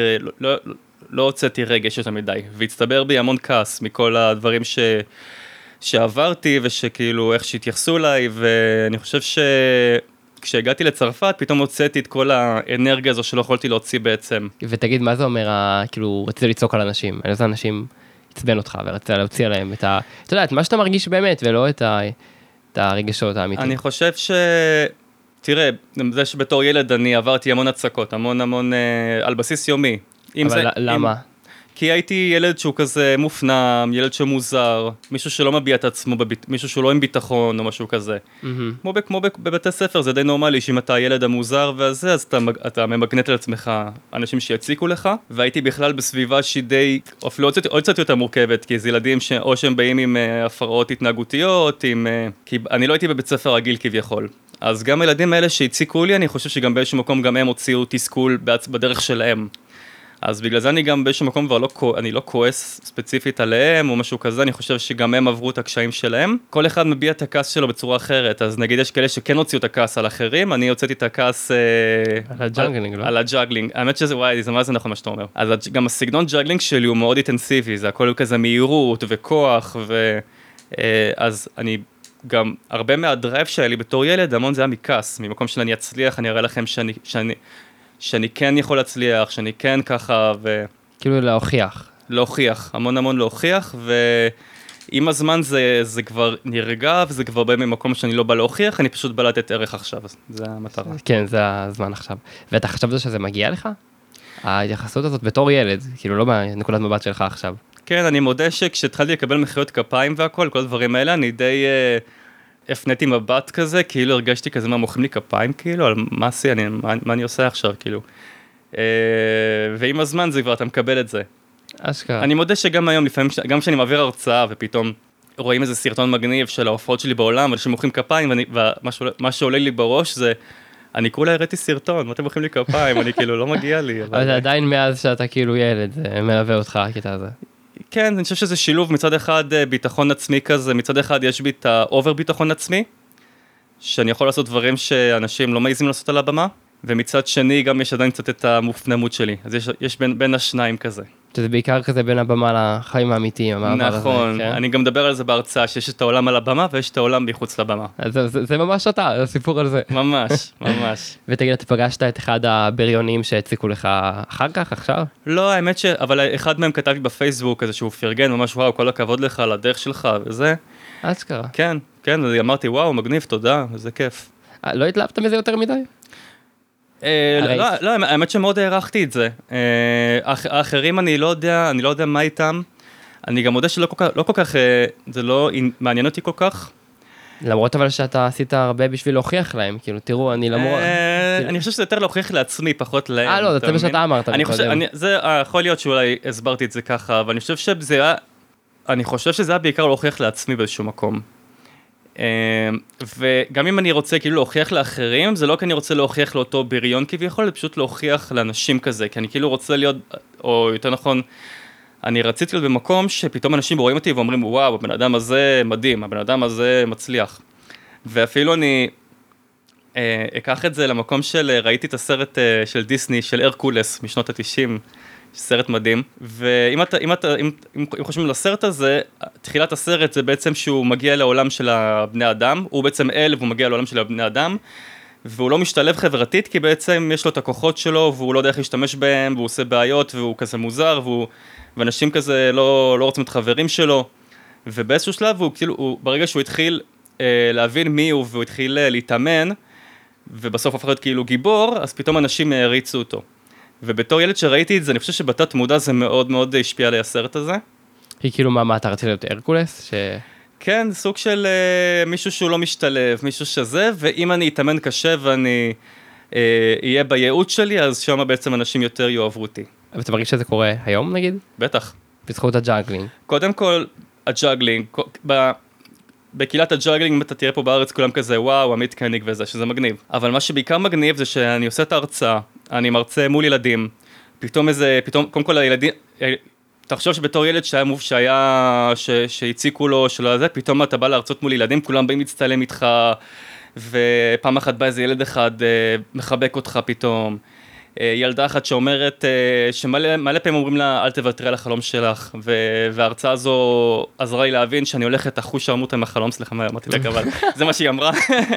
לא הוצאתי רגש יותר מדי, והצטבר בי המון כעס מכל הדברים ש... שעברתי, ושכאילו איך שהתייחסו אליי, ואני חושב ש... כשהגעתי לצרפת, פתאום הוצאתי את כל האנרגיה הזו שלא יכולתי להוציא בעצם. ותגיד, מה זה אומר, כאילו, רציתי לצעוק על אנשים? על איזה אנשים עצבן אותך, ורצה להוציא עליהם את ה... אתה יודע, את מה שאתה מרגיש באמת, ולא את, ה... את הרגשות האמיתיים. אני חושב ש... תראה, זה שבתור ילד אני עברתי המון הצקות, המון המון, אה, על בסיס יומי. אבל זה, למה? עם... כי הייתי ילד שהוא כזה מופנם, ילד שמוזר, מישהו שלא מביע את עצמו, בביט... מישהו שהוא לא עם ביטחון או משהו כזה. Mm-hmm. כמו, ב... כמו ב... בבתי ספר, זה די נורמלי, שאם אתה הילד המוזר והזה, אז אתה, אתה ממגנט על עצמך אנשים שיציקו לך, והייתי בכלל בסביבה שהיא די, אפילו עוד קצת, עוד קצת יותר מורכבת, כי זה ילדים ש... או שהם באים עם uh, הפרעות התנהגותיות, עם... Uh... כי אני לא הייתי בבית ספר רגיל כביכול. אז גם הילדים האלה שהציקו לי, אני חושב שגם באיזשהו מקום גם הם הוציאו תסכול בדרך שלהם. אז בגלל זה אני גם באיזשהו מקום כבר לא, אני לא כועס ספציפית עליהם או משהו כזה, אני חושב שגם הם עברו את הקשיים שלהם. כל אחד מביע את הכעס שלו בצורה אחרת, אז נגיד יש כאלה שכן הוציאו את הכעס על אחרים, אני הוצאתי את הכעס... על הג'אגלינג, לא? על הג'אגלינג, האמת שזה, וואי, זה מה זה נכון מה שאתה אומר. אז גם הסגנון ג'אגלינג שלי הוא מאוד אינטנסיבי, זה הכל כזה מהירות וכוח, ו... אז אני גם, הרבה מהדרייב שלי בתור ילד, המון זה היה מכעס, ממקום שאני אצליח, אני אראה לכם שאני... שאני שאני כן יכול להצליח, שאני כן ככה, ו... כאילו להוכיח. להוכיח, המון המון להוכיח, ועם הזמן זה, זה כבר נרגע, וזה כבר בא ממקום שאני לא בא להוכיח, אני פשוט בא לתת ערך עכשיו, זה המטרה. כן, זה הזמן עכשיו. ואתה חשבת שזה מגיע לך? ההתייחסות הזאת בתור ילד, כאילו לא בנקודת מבט שלך עכשיו. כן, אני מודה שכשהתחלתי לקבל מחיאות כפיים והכל, כל הדברים האלה, אני די... הפניתי מבט כזה, כאילו הרגשתי כזה מה מוחאים לי כפיים, כאילו, על מה עשי, אני, מה, מה אני עושה עכשיו, כאילו. אה, ועם הזמן זה כבר, אתה מקבל את זה. אשכרה. אני מודה שגם היום, לפעמים, גם כשאני מעביר הרצאה, ופתאום רואים איזה סרטון מגניב של ההופעות שלי בעולם, ואנשים מוחאים כפיים, ואני, ומה שעולה לי בראש זה, אני כולה הראיתי סרטון, מה אתם מוחאים לי כפיים, אני כאילו לא מגיע לי. אבל זה עדיין מאז שאתה כאילו ילד, זה מלווה אותך, הקטע הזה. כן, אני חושב שזה שילוב מצד אחד ביטחון עצמי כזה, מצד אחד יש בי את האובר ביטחון עצמי, שאני יכול לעשות דברים שאנשים לא מעיזים לעשות על הבמה, ומצד שני גם יש עדיין קצת את המופנמות שלי, אז יש, יש בין, בין השניים כזה. שזה בעיקר כזה בין הבמה לחיים האמיתיים, המעבר נכון, הזה, כן? אני גם מדבר על זה בהרצאה, שיש את העולם על הבמה ויש את העולם מחוץ לבמה. אז זה, זה, זה ממש אתה, זה סיפור על זה. ממש, ממש. ותגיד, אתה פגשת את אחד הבריונים שהציקו לך אחר כך, עכשיו? לא, האמת ש... אבל אחד מהם כתב לי בפייסבוק איזה שהוא פרגן, ממש וואו, כל הכבוד לך על הדרך שלך וזה. אז קרה. כן, כן, אמרתי וואו, מגניב, תודה, זה כיף. לא התלהבת מזה יותר מדי? לא, לא, האמת שמאוד הערכתי את זה. האחרים אני לא יודע, אני לא יודע מה איתם. אני גם מודה שלא כל כך, לא כל כך, זה לא מעניין אותי כל כך. למרות אבל שאתה עשית הרבה בשביל להוכיח להם, כאילו, תראו, אני למרות... אני חושב שזה יותר להוכיח לעצמי, פחות להם. אה, לא, זה מה שאתה אמרת. זה יכול להיות שאולי הסברתי את זה ככה, אבל אני חושב שזה היה, אני חושב שזה היה בעיקר להוכיח לעצמי באיזשהו מקום. וגם אם אני רוצה כאילו להוכיח לאחרים, זה לא כי אני רוצה להוכיח לאותו בריון כביכול, זה פשוט להוכיח לאנשים כזה, כי אני כאילו רוצה להיות, או יותר נכון, אני רציתי להיות במקום שפתאום אנשים רואים אותי ואומרים, וואו, הבן אדם הזה מדהים, הבן אדם הזה מצליח. ואפילו אני אה, אקח את זה למקום של, ראיתי את הסרט אה, של דיסני, של הרקולס, משנות ה-תשעים, סרט מדהים, ואם אתה, אם אתה, אם, אם, אם חושבים על הסרט הזה, תחילת הסרט זה בעצם שהוא מגיע לעולם של הבני אדם, הוא בעצם אל והוא מגיע לעולם של הבני אדם, והוא לא משתלב חברתית, כי בעצם יש לו את הכוחות שלו, והוא לא יודע איך להשתמש בהם, והוא עושה בעיות, והוא כזה מוזר, והוא, ואנשים כזה לא, לא רוצים את חברים שלו, ובאיזשהו שלב הוא כאילו, הוא, ברגע שהוא התחיל אה, להבין מי הוא, והוא התחיל אה, להתאמן, ובסוף הפך להיות כאילו גיבור, אז פתאום אנשים העריצו אותו. ובתור ילד שראיתי את זה, אני חושב שבתת מודע זה מאוד מאוד השפיע עלי הסרט הזה. היא כאילו מה, מה אתה רצית להיות הרקולס? ש... כן, סוג של uh, מישהו שהוא לא משתלב, מישהו שזה, ואם אני אתאמן קשה ואני אהיה uh, בייעוד שלי, אז שם בעצם אנשים יותר יאהבו אותי. ואתה מרגיש שזה קורה היום נגיד? בטח. בזכות הג'אגלינג. קודם כל, הג'אגלינג, ב... בקהילת הג'אגלינג, אם אתה תראה פה בארץ, כולם כזה, וואו, עמית קניג וזה, שזה מגניב. אבל מה שבעיקר מגניב זה שאני עושה את ההרצאה, אני מרצה מול ילדים, פתאום איזה, פתאום, קודם כל הילדים, תחשוב שבתור ילד שהיה מוב שהיה, ש, שהציקו לו, שלא זה, פתאום אתה בא להרצות מול ילדים, כולם באים להצטלם איתך, ופעם אחת בא איזה ילד אחד, מחבק אותך פתאום, ילדה אחת שאומרת, שמלא מלא פעמים אומרים לה, אל תוותרי על החלום שלך, וההרצאה הזו עזרה לי להבין שאני הולכת אחוש שרמוט עם החלום, סליחה, אמרתי לה, אבל זה מה שהיא אמרה.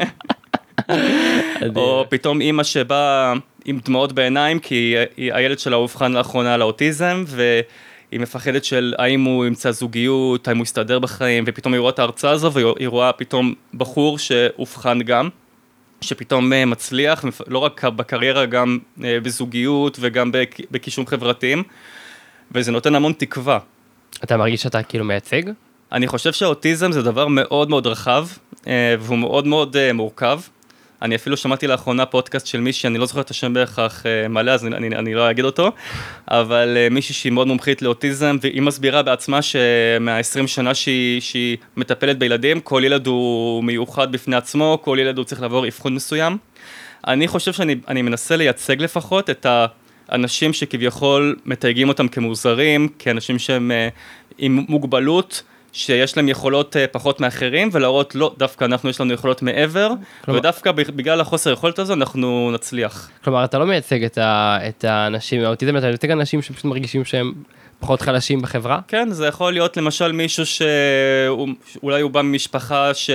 או פתאום אימא שבאה עם דמעות בעיניים, כי הילד שלה הובחן לאחרונה לאוטיזם, והיא מפחדת של האם הוא ימצא זוגיות, האם הוא יסתדר בחיים, ופתאום היא רואה את ההרצאה הזו, והיא רואה פתאום בחור שהובחן גם, שפתאום מצליח, לא רק בקריירה, גם בזוגיות וגם בקישורים חברתיים, וזה נותן המון תקווה. אתה מרגיש שאתה כאילו מייצג? אני חושב שהאוטיזם זה דבר מאוד מאוד רחב, והוא מאוד מאוד מורכב. אני אפילו שמעתי לאחרונה פודקאסט של מישהי, אני לא זוכר את השם בהכרח מלא, אז אני, אני, אני לא אגיד אותו, אבל מישהי שהיא מאוד מומחית לאוטיזם, והיא מסבירה בעצמה שמה-עשרים שנה שהיא, שהיא מטפלת בילדים, כל ילד הוא מיוחד בפני עצמו, כל ילד הוא צריך לעבור אבחון מסוים. אני חושב שאני אני מנסה לייצג לפחות את האנשים שכביכול מתייגים אותם כמוזרים, כאנשים שהם עם מוגבלות, שיש להם יכולות פחות מאחרים, ולהראות לא, דווקא אנחנו יש לנו יכולות מעבר, כלומר, ודווקא בגלל החוסר יכולת הזו אנחנו נצליח. כלומר, אתה לא מייצג את, ה, את האנשים מהאוטיזם, אתה מייצג אנשים שפשוט מרגישים שהם פחות חלשים בחברה? כן, זה יכול להיות למשל מישהו שאולי הוא בא ממשפחה ש...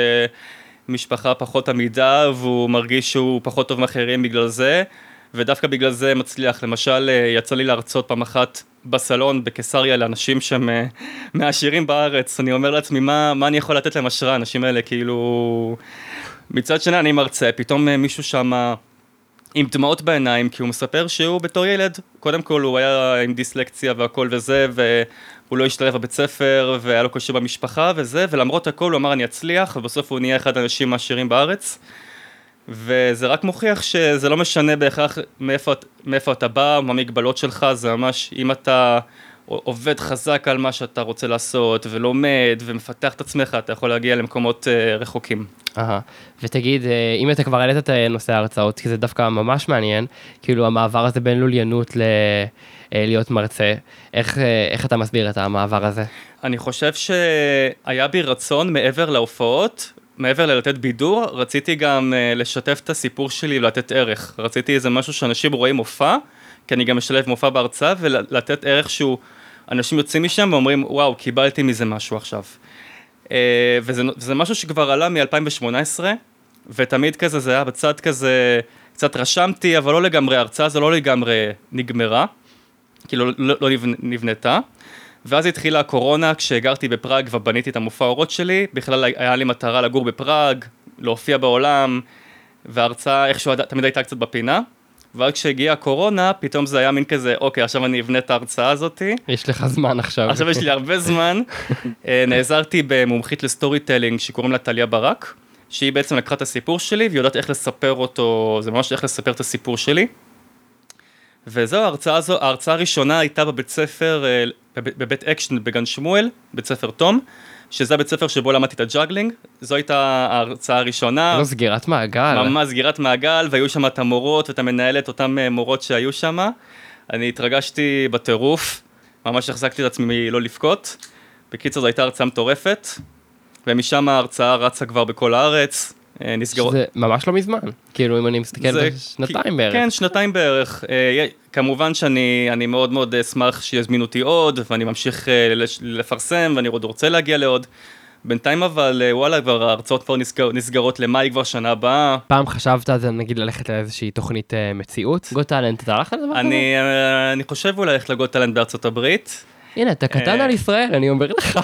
משפחה פחות עמידה, והוא מרגיש שהוא פחות טוב מאחרים בגלל זה, ודווקא בגלל זה מצליח. למשל, יצא לי להרצות פעם אחת בסלון, בקיסריה, לאנשים שהם מעשירים בארץ. אני אומר לעצמי, מה, מה אני יכול לתת להם השראה? האנשים האלה, כאילו... מצד שני, אני מרצה, פתאום מישהו שם עם דמעות בעיניים, כי הוא מספר שהוא בתור ילד, קודם כל הוא היה עם דיסלקציה והכל וזה, והוא לא השתלב בבית ספר, והיה לו קשה במשפחה וזה, ולמרות הכל הוא אמר, אני אצליח, ובסוף הוא נהיה אחד האנשים העשירים בארץ. וזה רק מוכיח שזה לא משנה בהכרח מאיפה, מאיפה אתה בא, מה המגבלות שלך, זה ממש אם אתה עובד חזק על מה שאתה רוצה לעשות, ולומד ומפתח את עצמך, אתה יכול להגיע למקומות uh, רחוקים. אהה, ותגיד, אם אתה כבר העלית את נושא ההרצאות, כי זה דווקא ממש מעניין, כאילו המעבר הזה בין לוליינות ל... להיות מרצה, איך, איך אתה מסביר את המעבר הזה? אני חושב שהיה בי רצון מעבר להופעות, מעבר ללתת בידור, רציתי גם uh, לשתף את הסיפור שלי ולתת ערך. רציתי איזה משהו שאנשים רואים מופע, כי אני גם משלב מופע בהרצאה, ולתת ערך שהוא, אנשים יוצאים משם ואומרים, וואו, קיבלתי מזה משהו עכשיו. Uh, וזה, וזה משהו שכבר עלה מ-אלפיים שמונה עשרה, ותמיד כזה, זה היה בצד כזה, קצת רשמתי, אבל לא לגמרי, ההרצאה זה לא לגמרי נגמרה, כאילו לא, לא נבנתה. ואז התחילה הקורונה, כשגרתי בפראג ובניתי את המופע האורות שלי, בכלל היה לי מטרה לגור בפראג, להופיע בעולם, וההרצאה איכשהו תמיד הייתה קצת בפינה, ואז כשהגיעה הקורונה, פתאום זה היה מין כזה, אוקיי, עכשיו אני אבנה את ההרצאה הזאת. יש לך זמן עכשיו. עכשיו יש לי הרבה זמן. נעזרתי במומחית לסטורי טלינג, שקוראים לה טליה ברק, שהיא בעצם לקחה את הסיפור שלי, והיא יודעת איך לספר אותו, זה ממש איך לספר את הסיפור שלי. וזהו, ההרצאה הזו, ההרצאה הראשונה הייתה בבית ספר, בבית אקשן בגן שמואל, בית ספר תום, שזה הבית ספר שבו למדתי את הג'אגלינג, זו הייתה ההרצאה הראשונה. לא סגירת מעגל. ממש סגירת מעגל, והיו שם את המורות ואת המנהלת, אותם מורות שהיו שם. אני התרגשתי בטירוף, ממש החזקתי את עצמי לא לבכות. בקיצור, זו הייתה הרצאה מטורפת, ומשם ההרצאה רצה כבר בכל הארץ. נסגרות. שזה ממש לא מזמן, כאילו אם אני מסתכל זה, שנתיים בערך. כן, שנתיים בערך. כמובן שאני אני מאוד מאוד אשמח שיזמינו אותי עוד, ואני ממשיך לפרסם, ואני עוד רוצה להגיע לעוד. בינתיים אבל, וואלה, כבר ההרצאות כבר נסגר, נסגרות למאי כבר שנה הבאה. פעם חשבת על זה, נגיד, ללכת לאיזושהי תוכנית מציאות? גוט טאלנט, אתה הלכת לדבר הזה? אני, אני חושב אולי ללכת לגוט טאלנט בארצות הברית. הנה, אתה קטן על ישראל, אני אומר לך.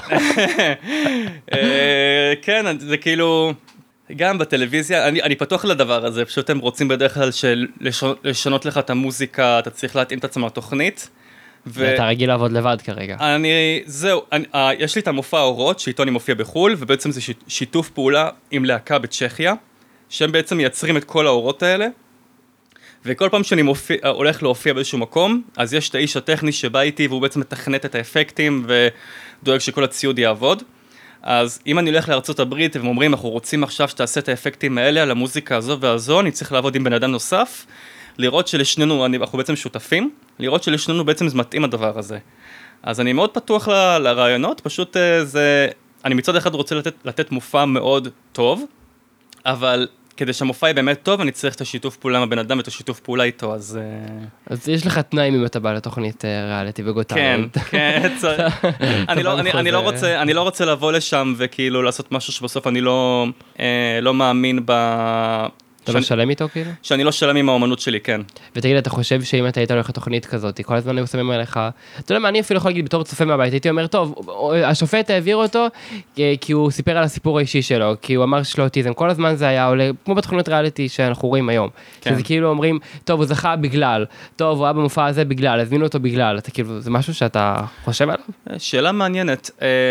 כן, זה כאילו... גם בטלוויזיה, אני, אני פתוח לדבר הזה, פשוט הם רוצים בדרך כלל של לשנות, לשנות לך את המוזיקה, אתה צריך להתאים את עצמם לתוכנית. ו... אתה רגיל לעבוד לבד כרגע. אני, זהו, אני, uh, יש לי את המופע האורות, שאיתו אני מופיע בחול, ובעצם זה שיתוף פעולה עם להקה בצ'כיה, שהם בעצם מייצרים את כל האורות האלה, וכל פעם שאני מופיע, הולך להופיע באיזשהו מקום, אז יש את האיש הטכני שבא איתי, והוא בעצם מתכנת את האפקטים, ודואג שכל הציוד יעבוד. אז אם אני הולך לארצות הברית והם אומרים, אנחנו רוצים עכשיו שתעשה את האפקטים האלה על המוזיקה הזו והזו, אני צריך לעבוד עם בן אדם נוסף, לראות שלשנינו, אנחנו בעצם שותפים, לראות שלשנינו בעצם זה מתאים הדבר הזה. אז אני מאוד פתוח ל, לרעיונות, פשוט זה, אני מצד אחד רוצה לתת, לתת מופע מאוד טוב, אבל כדי שהמופע יהיה באמת טוב, אני צריך את השיתוף פעולה עם הבן אדם ואת השיתוף פעולה איתו, אז... אז יש לך תנאים אם אתה בא לתוכנית ריאליטי וגוט טאלנט. כן, כן, צריך. אני לא רוצה, אני לא רוצה לבוא לשם וכאילו לעשות משהו שבסוף אני לא, לא מאמין ב... אתה לא שלם איתו כאילו? שאני לא שלם עם האומנות שלי, כן. ותגיד, אתה חושב שאם אתה היית הולך לתוכנית כזאת, כל הזמן היו שמים עליך, אתה יודע מה, אני אפילו יכול להגיד בתור צופה מהבית, הייתי אומר, טוב, השופט העביר אותו, כי הוא סיפר על הסיפור האישי שלו, כי הוא אמר שיש לו אוטיזם, כל הזמן זה היה עולה, כמו בתוכנית ריאליטי שאנחנו רואים היום, שזה כאילו אומרים, טוב, הוא זכה בגלל, טוב, הוא היה במופע הזה בגלל, הזמינו אותו בגלל, אתה כאילו, זה משהו שאתה חושב עליו? שאלה מעניינת.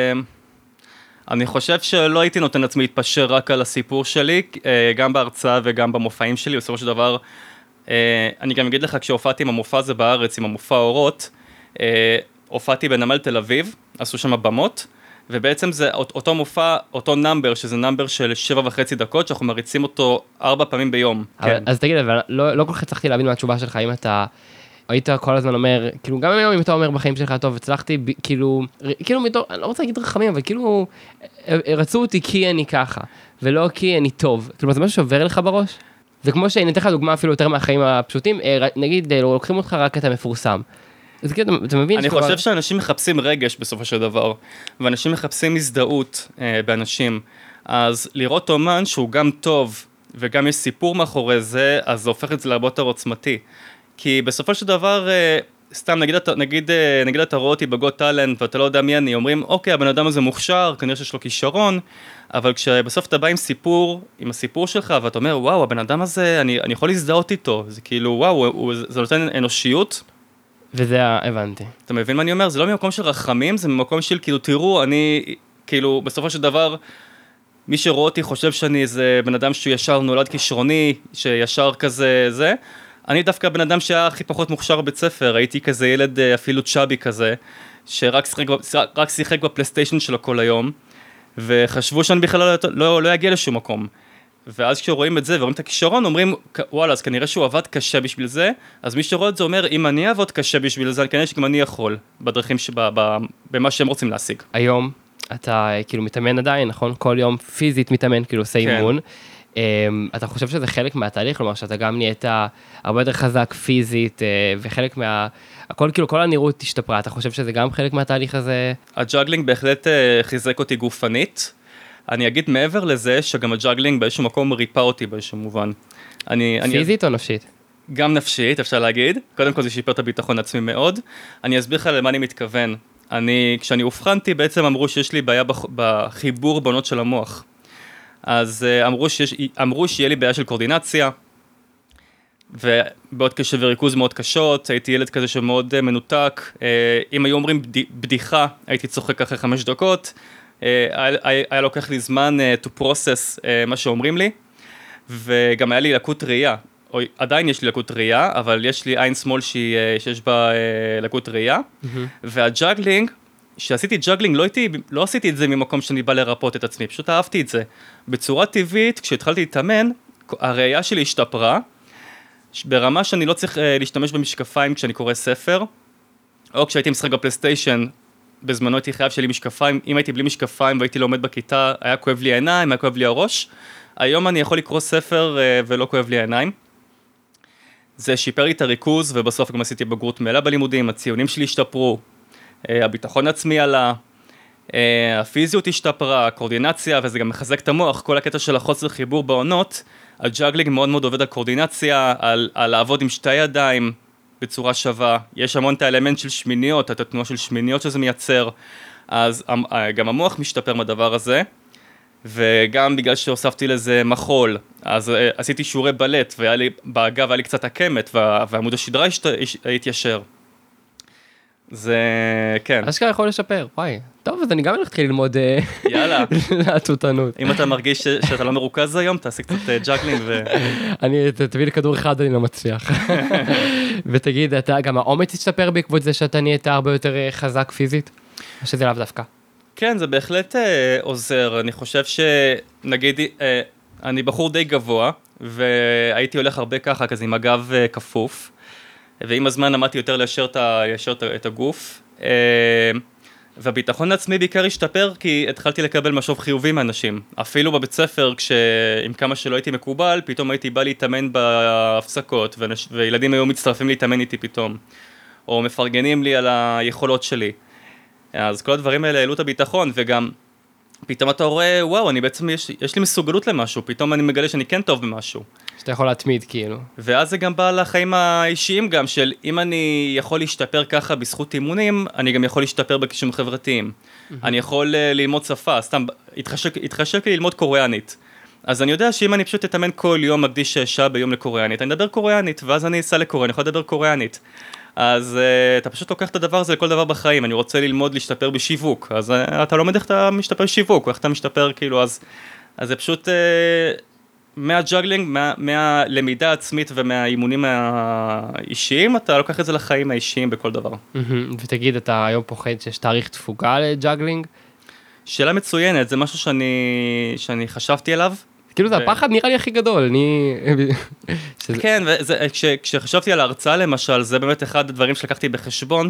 אני חושב שלא הייתי נותן עצמי להתפשר רק על הסיפור שלי, גם בהרצאה וגם במופעים שלי, בסופו של דבר, אני גם אגיד לך, כשהופעתי עם המופע הזה בארץ, עם המופע האורות, הופעתי בנמל תל אביב, עשו שם במות, ובעצם זה אותו מופע, אותו נאמבר, שזה נאמבר של שבע וחצי דקות, שאנחנו מריצים אותו ארבע פעמים ביום. אז תגיד, אבל לא כל כך הצלחתי להבין מהתשובה שלך, אם אתה... היית כל הזמן אומר, כאילו, גם היום אם אתה אומר בחיים שלך, טוב, הצלחתי, כאילו, כאילו, מתור, אני לא רוצה להגיד רחמים, אבל כאילו, רצו אותי כי אני ככה, ולא כי אני טוב. כאילו, זה משהו שעובר לך בראש? זה כמו שאני אתן לך דוגמה אפילו יותר מהחיים הפשוטים, נגיד, לוקחים אותך רק את המפורסם. אז כאילו, אתה מבין? אני חושב שאנשים מחפשים רגש בסופו של דבר, ואנשים מחפשים הזדהות באנשים. אז לראות אומן שהוא גם טוב, וגם יש סיפור מאחורי זה, אז זה הופך את זה להרבה יותר עוצמתי. כי בסופו של דבר, סתם נגיד, נגיד, נגיד אתה רואה אותי בגוט טאלנט ואתה לא יודע מי אני, אומרים, אוקיי, הבן אדם הזה מוכשר, כנראה שיש לו כישרון, אבל כשבסוף אתה בא עם סיפור, עם הסיפור שלך, ואתה אומר, וואו, הבן אדם הזה, אני, אני יכול להזדהות איתו, זה כאילו, וואו, הוא, זה נותן אנושיות. וזה הבנתי. אתה מבין מה אני אומר? זה לא ממקום של רחמים, זה ממקום של, כאילו, תראו, אני, כאילו, בסופו של דבר, מי שרואה אותי חושב שאני איזה בן אדם שהוא ישר נולד כישרוני, שישר כזה, זה. אני דווקא בן אדם שהיה הכי פחות מוכשר בבית ספר, הייתי כזה ילד אפילו צ'אבי כזה, שרק שיחק, רק שיחק בפלייסטיישן שלו כל היום, וחשבו שאני בכלל לא, לא, לא יגיע לשום מקום. ואז כשרואים את זה ורואים את הכישרון, אומרים, וואלה, אז כנראה שהוא עבד קשה בשביל זה, אז מי שרואה את זה אומר, אם אני אעבוד קשה בשביל זה, כנראה שגם אני יכול, בדרכים, שבא, במה שהם רוצים להשיג. היום, אתה כאילו מתאמן עדיין, נכון? כל יום פיזית מתאמן, כאילו עושה אימון. אתה חושב שזה חלק מהתהליך, כלומר שאתה גם נהיית הרבה יותר חזק פיזית, וחלק מה... הכל כאילו, כל הנראות השתפרה, אתה חושב שזה גם חלק מהתהליך הזה? הג'אגלינג בהחלט חיזק אותי גופנית. אני אגיד מעבר לזה שגם הג'אגלינג באיזשהו מקום ריפא אותי באיזשהו מובן. פיזית או נפשית? גם נפשית, אפשר להגיד. קודם כל זה שיפר את הביטחון עצמי מאוד. אני אסביר לך למה אני מתכוון. אני, כשאני הובחנתי, בעצם אמרו שיש לי בעיה בחיבור בעונות של המוח. אז אמרו, שיש, אמרו שיהיה לי בעיה של קורדינציה, ובעוד קשב וריכוז מאוד קשות, הייתי ילד כזה שמאוד מנותק, אם היו אומרים בדיחה, הייתי צוחק אחרי חמש דקות, היה, היה לוקח לי זמן to process מה שאומרים לי, וגם היה לי לקות ראייה, או עדיין יש לי לקות ראייה, אבל יש לי עין שמאל שיש בה לקות ראייה, mm-hmm. והג'אגלינג, כשעשיתי ג'אגלינג, לא, הייתי, לא עשיתי את זה ממקום שאני בא לרפות את עצמי, פשוט אהבתי את זה. בצורה טבעית, כשהתחלתי להתאמן, הראייה שלי השתפרה, ברמה שאני לא צריך להשתמש במשקפיים כשאני קורא ספר, או כשהייתי משחק בפלייסטיישן, בזמנו הייתי חייב שלי משקפיים, אם הייתי בלי משקפיים והייתי לומד בכיתה, היה כואב לי העיניים, היה כואב לי הראש, היום אני יכול לקרוא ספר ולא כואב לי העיניים. זה שיפר לי את הריכוז, ובסוף גם עשיתי בגרות מלאה בלימודים, הציונים שלי השתפרו, הביטחון עצמי עלה, הפיזיות השתפרה, הקורדינציה, וזה גם מחזק את המוח, כל הקטע של החוסר חיבור בעונות, הג'אגלינג מאוד מאוד עובד על קורדינציה, על, על לעבוד עם שתי ידיים בצורה שווה, יש המון את האלמנט של שמיניות, את התנועה של שמיניות שזה מייצר, אז גם המוח משתפר מהדבר הזה, וגם בגלל שהוספתי לזה מחול, אז עשיתי שיעורי בלט, והיה לי, באגב היה לי קצת הקמת, וה, והעמוד השדרה התיישר. זה, כן. אשכרה יכול לשפר, וואי. טוב, אז אני גם הולך להתחיל ללמוד יאללה. להטוטנות. אם אתה מרגיש שאתה לא מרוכז היום, תעשי קצת ג'אגלינג ו... אני, תביא לי כדור אחד, אני לא מצליח. ותגיד, אתה גם האומץ השתפר בעקבות זה שאתה נהיית הרבה יותר חזק פיזית? או שזה לאו דווקא? כן, זה בהחלט עוזר. אני חושב שנגיד, אני בחור די גבוה, והייתי הולך הרבה ככה, כזה עם הגב כפוף. ועם הזמן למדתי יותר ליישר את הגוף, והביטחון העצמי בעיקר השתפר, כי התחלתי לקבל משוב חיובי מאנשים. אפילו בבית ספר, עם כמה שלא הייתי מקובל, פתאום הייתי בא להתאמן בהפסקות, וילדים היו מצטרפים להתאמן איתי פתאום, או מפרגנים לי על היכולות שלי. אז כל הדברים האלה העלו את הביטחון, וגם פתאום אתה רואה, וואו, אני בעצם, יש, יש לי מסוגלות למשהו, פתאום אני מגלה שאני כן טוב במשהו. שאתה יכול להתמיד, כאילו. ואז זה גם בא לחיים האישיים גם, של אם אני יכול להשתפר ככה בזכות אימונים, אני גם יכול להשתפר בקשרים חברתיים. Mm-hmm. אני יכול uh, ללמוד שפה, סתם, התחשק, התחשק לי ללמוד קוריאנית. אז אני יודע שאם אני פשוט אתאמן כל יום, מקדיש שעה ביום לקוריאנית, אני אדבר קוריאנית, ואז אני אסע לקוריאנית, אני יכול לדבר קוריאנית. אז uh, אתה פשוט לוקח את הדבר הזה לכל דבר בחיים, אני רוצה ללמוד להשתפר בשיווק, אז uh, אתה לומד איך אתה משתפר שיווק, או איך אתה משתפר כאילו, אז, אז זה פשוט uh, מהג'אגלינג, מה, מהלמידה העצמית ומהאימונים האישיים, אתה לוקח את זה לחיים האישיים בכל דבר. ותגיד, אתה היום פוחד שיש תאריך תפוגה לג'אגלינג? שאלה מצוינת, זה משהו שאני, שאני חשבתי עליו. כאילו זה הפחד נראה לי הכי גדול, אני... כן, וכשחשבתי על ההרצאה למשל, זה באמת אחד הדברים שלקחתי בחשבון,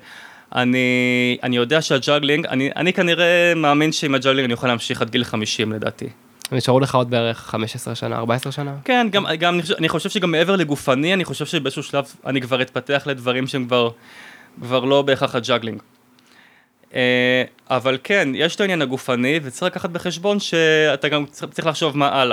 שאני אני יודע שהג'אגלינג, אני, אני כנראה מאמין שעם הג'אגלינג אני יכול להמשיך עד גיל חמישים לדעתי. נשארו לך עוד בערך חמש עשרה שנה, ארבע עשרה שנה? כן, גם, גם, אני, חושב, אני חושב שגם מעבר לגופני, אני חושב שבאיזשהו שלב אני כבר אתפתח לדברים שהם כבר, כבר לא בהכרח הג'אגלינג. אבל כן, יש את העניין הגופני, וצריך לקחת בחשבון שאתה גם צריך לחשוב מה הלאה.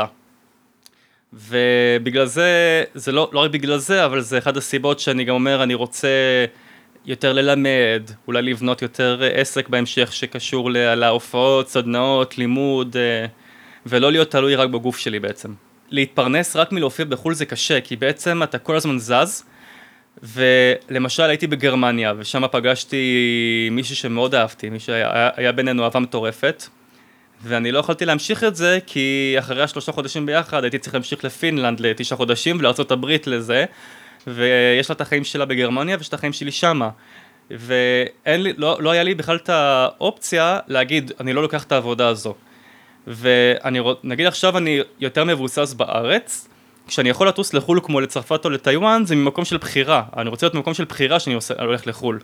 ובגלל זה, זה לא, לא רק בגלל זה, אבל זה אחד הסיבות שאני גם אומר, אני רוצה יותר ללמד, אולי לבנות יותר עסק בהמשך שקשור להופעות, סדנאות, לימוד, ולא להיות תלוי רק בגוף שלי בעצם. להתפרנס רק מלהופיע בחול זה קשה, כי בעצם אתה כל הזמן זז, ולמשל הייתי בגרמניה, ושם פגשתי מישהו שמאוד אהבתי, מישהו היה, היה בינינו אהבה מטורפת, ואני לא יכולתי להמשיך את זה, כי אחרי השלושה חודשים ביחד, הייתי צריך להמשיך לפינלנד לתשעה חודשים, ולארצות הברית לזה, ויש לה את החיים שלה בגרמניה, ויש את החיים שלי שמה. ואין לי, לא, לא היה לי בכלל את האופציה להגיד, אני לא לוקח את העבודה הזו. ואני, נגיד עכשיו אני יותר מבוסס בארץ, כשאני יכול לטוס לחול כמו לצרפת או לטיואן, זה ממקום של בחירה. אני רוצה להיות ממקום של בחירה שאני עושה, הולך לחול.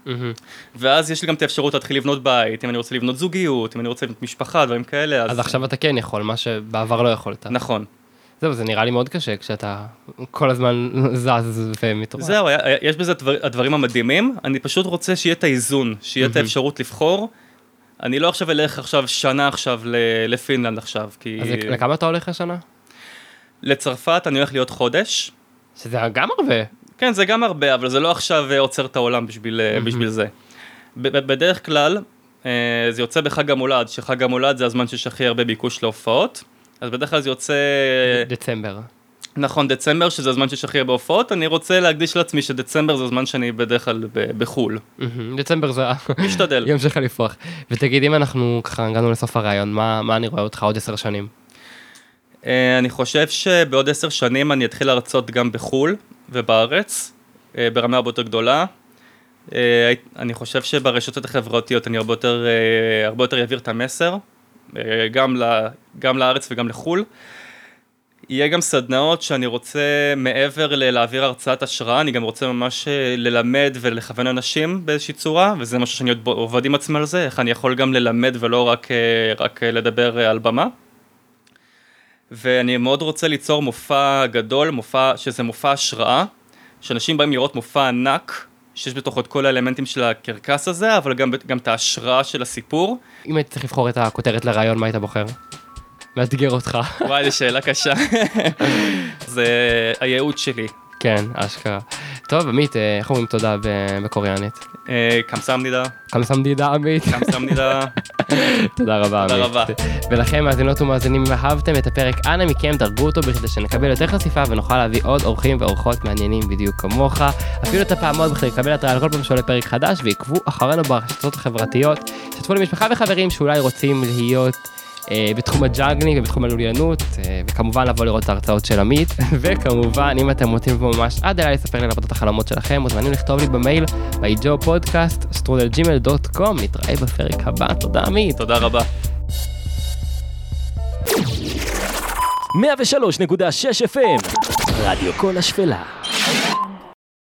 ואז יש לי גם את האפשרות להתחיל לבנות בית, אם אני רוצה לבנות זוגיות, אם אני רוצה לבנות משפחה, דברים כאלה. אז עכשיו אתה כן יכול, מה שבעבר לא יכולת. נכון. זהו, זה נראה לי מאוד קשה כשאתה כל הזמן זז ומתראה. זהו, יש בזה הדברים המדהימים, אני פשוט רוצה שיהיה את האיזון, שיהיה את האפשרות לבחור. אני לא עכשיו אלך עכשיו שנה עכשיו לפינלנד עכשיו, כי... אז לכמה אתה הולך השנה? לצרפת אני הולך להיות חודש. שזה גם הרבה. כן, זה גם הרבה, אבל זה לא עכשיו עוצר את העולם בשביל, בשביל זה. בדרך כלל, זה יוצא בחג המולד, שחג המולד זה הזמן שיש הכי הרבה ביקוש להופעות, אז בדרך כלל זה יוצא... דצמבר. נכון, דצמבר, שזה הזמן שיש הכי הרבה הופעות, אני רוצה להקדיש לעצמי שדצמבר זה הזמן שאני בדרך כלל בחול. דצמבר זה... משתדל. יום שלך לפרוח. ותגיד, אם אנחנו ככה הגענו לסוף הרעיון, מה, מה אני רואה אותך עוד עשר שנים? אני חושב שבעוד עשר שנים אני אתחיל להרצות גם בחול ובארץ, ברמה הרבה יותר גדולה. אני חושב שברשתות החברתיות אני הרבה יותר, הרבה יותר יעביר את המסר, גם, ל, גם לארץ וגם לחול. יהיה גם סדנאות שאני רוצה מעבר ללהעביר הרצאת השראה, אני גם רוצה ממש ללמד ולכוון אנשים באיזושהי צורה, וזה משהו שאני עובד עם עצמי על זה, איך אני יכול גם ללמד ולא רק, רק לדבר על במה. ואני מאוד רוצה ליצור מופע גדול, מופע, שזה מופע השראה, שאנשים באים לראות מופע ענק, שיש בתוכו את כל האלמנטים של הקרקס הזה, אבל גם, גם את ההשראה של הסיפור. אם היית צריך לבחור את הכותרת לרעיון, מה היית בוחר? מאתגר אותך. וואי, זו שאלה קשה. זה הייעוד שלי. כן, אשכרה. טוב, עמית, איך אומרים תודה בקוריאנית? קמסמנידה. קמסמנידה, עמית. קמסמנידה. תודה רבה, עמית. תודה רבה. ולכם, מאזינות ומאזינים, אם אהבתם את הפרק, אנא מכם, דרגו אותו בכדי שנקבל יותר חשיפה ונוכל להביא עוד אורחים ואורחות מעניינים בדיוק כמוך. אפילו את הפעמות בכדי לקבל התראה על כל פעם שעולה פרק חדש, ועקבו אחרינו ברשתות החברתיות. שתפו למשפחה וחברים שאולי רוצים להיות בתחום הג'אגלינג ובתחום הלוליינות, וכמובן לבוא לראות את ההרצאות של עמית, וכמובן אם אתם רוצים פה ממש עד אליי לספר לי על עבודת החלומות שלכם, מוזמנים לכתוב לי במייל ב-ג'ו פודקאסט סטרודל ג'ימייל דוט קום. נתראה בפרק הבא. תודה עמית. תודה רבה. מאה ושלוש נקודה שש אף אם רדיו כל השפלה.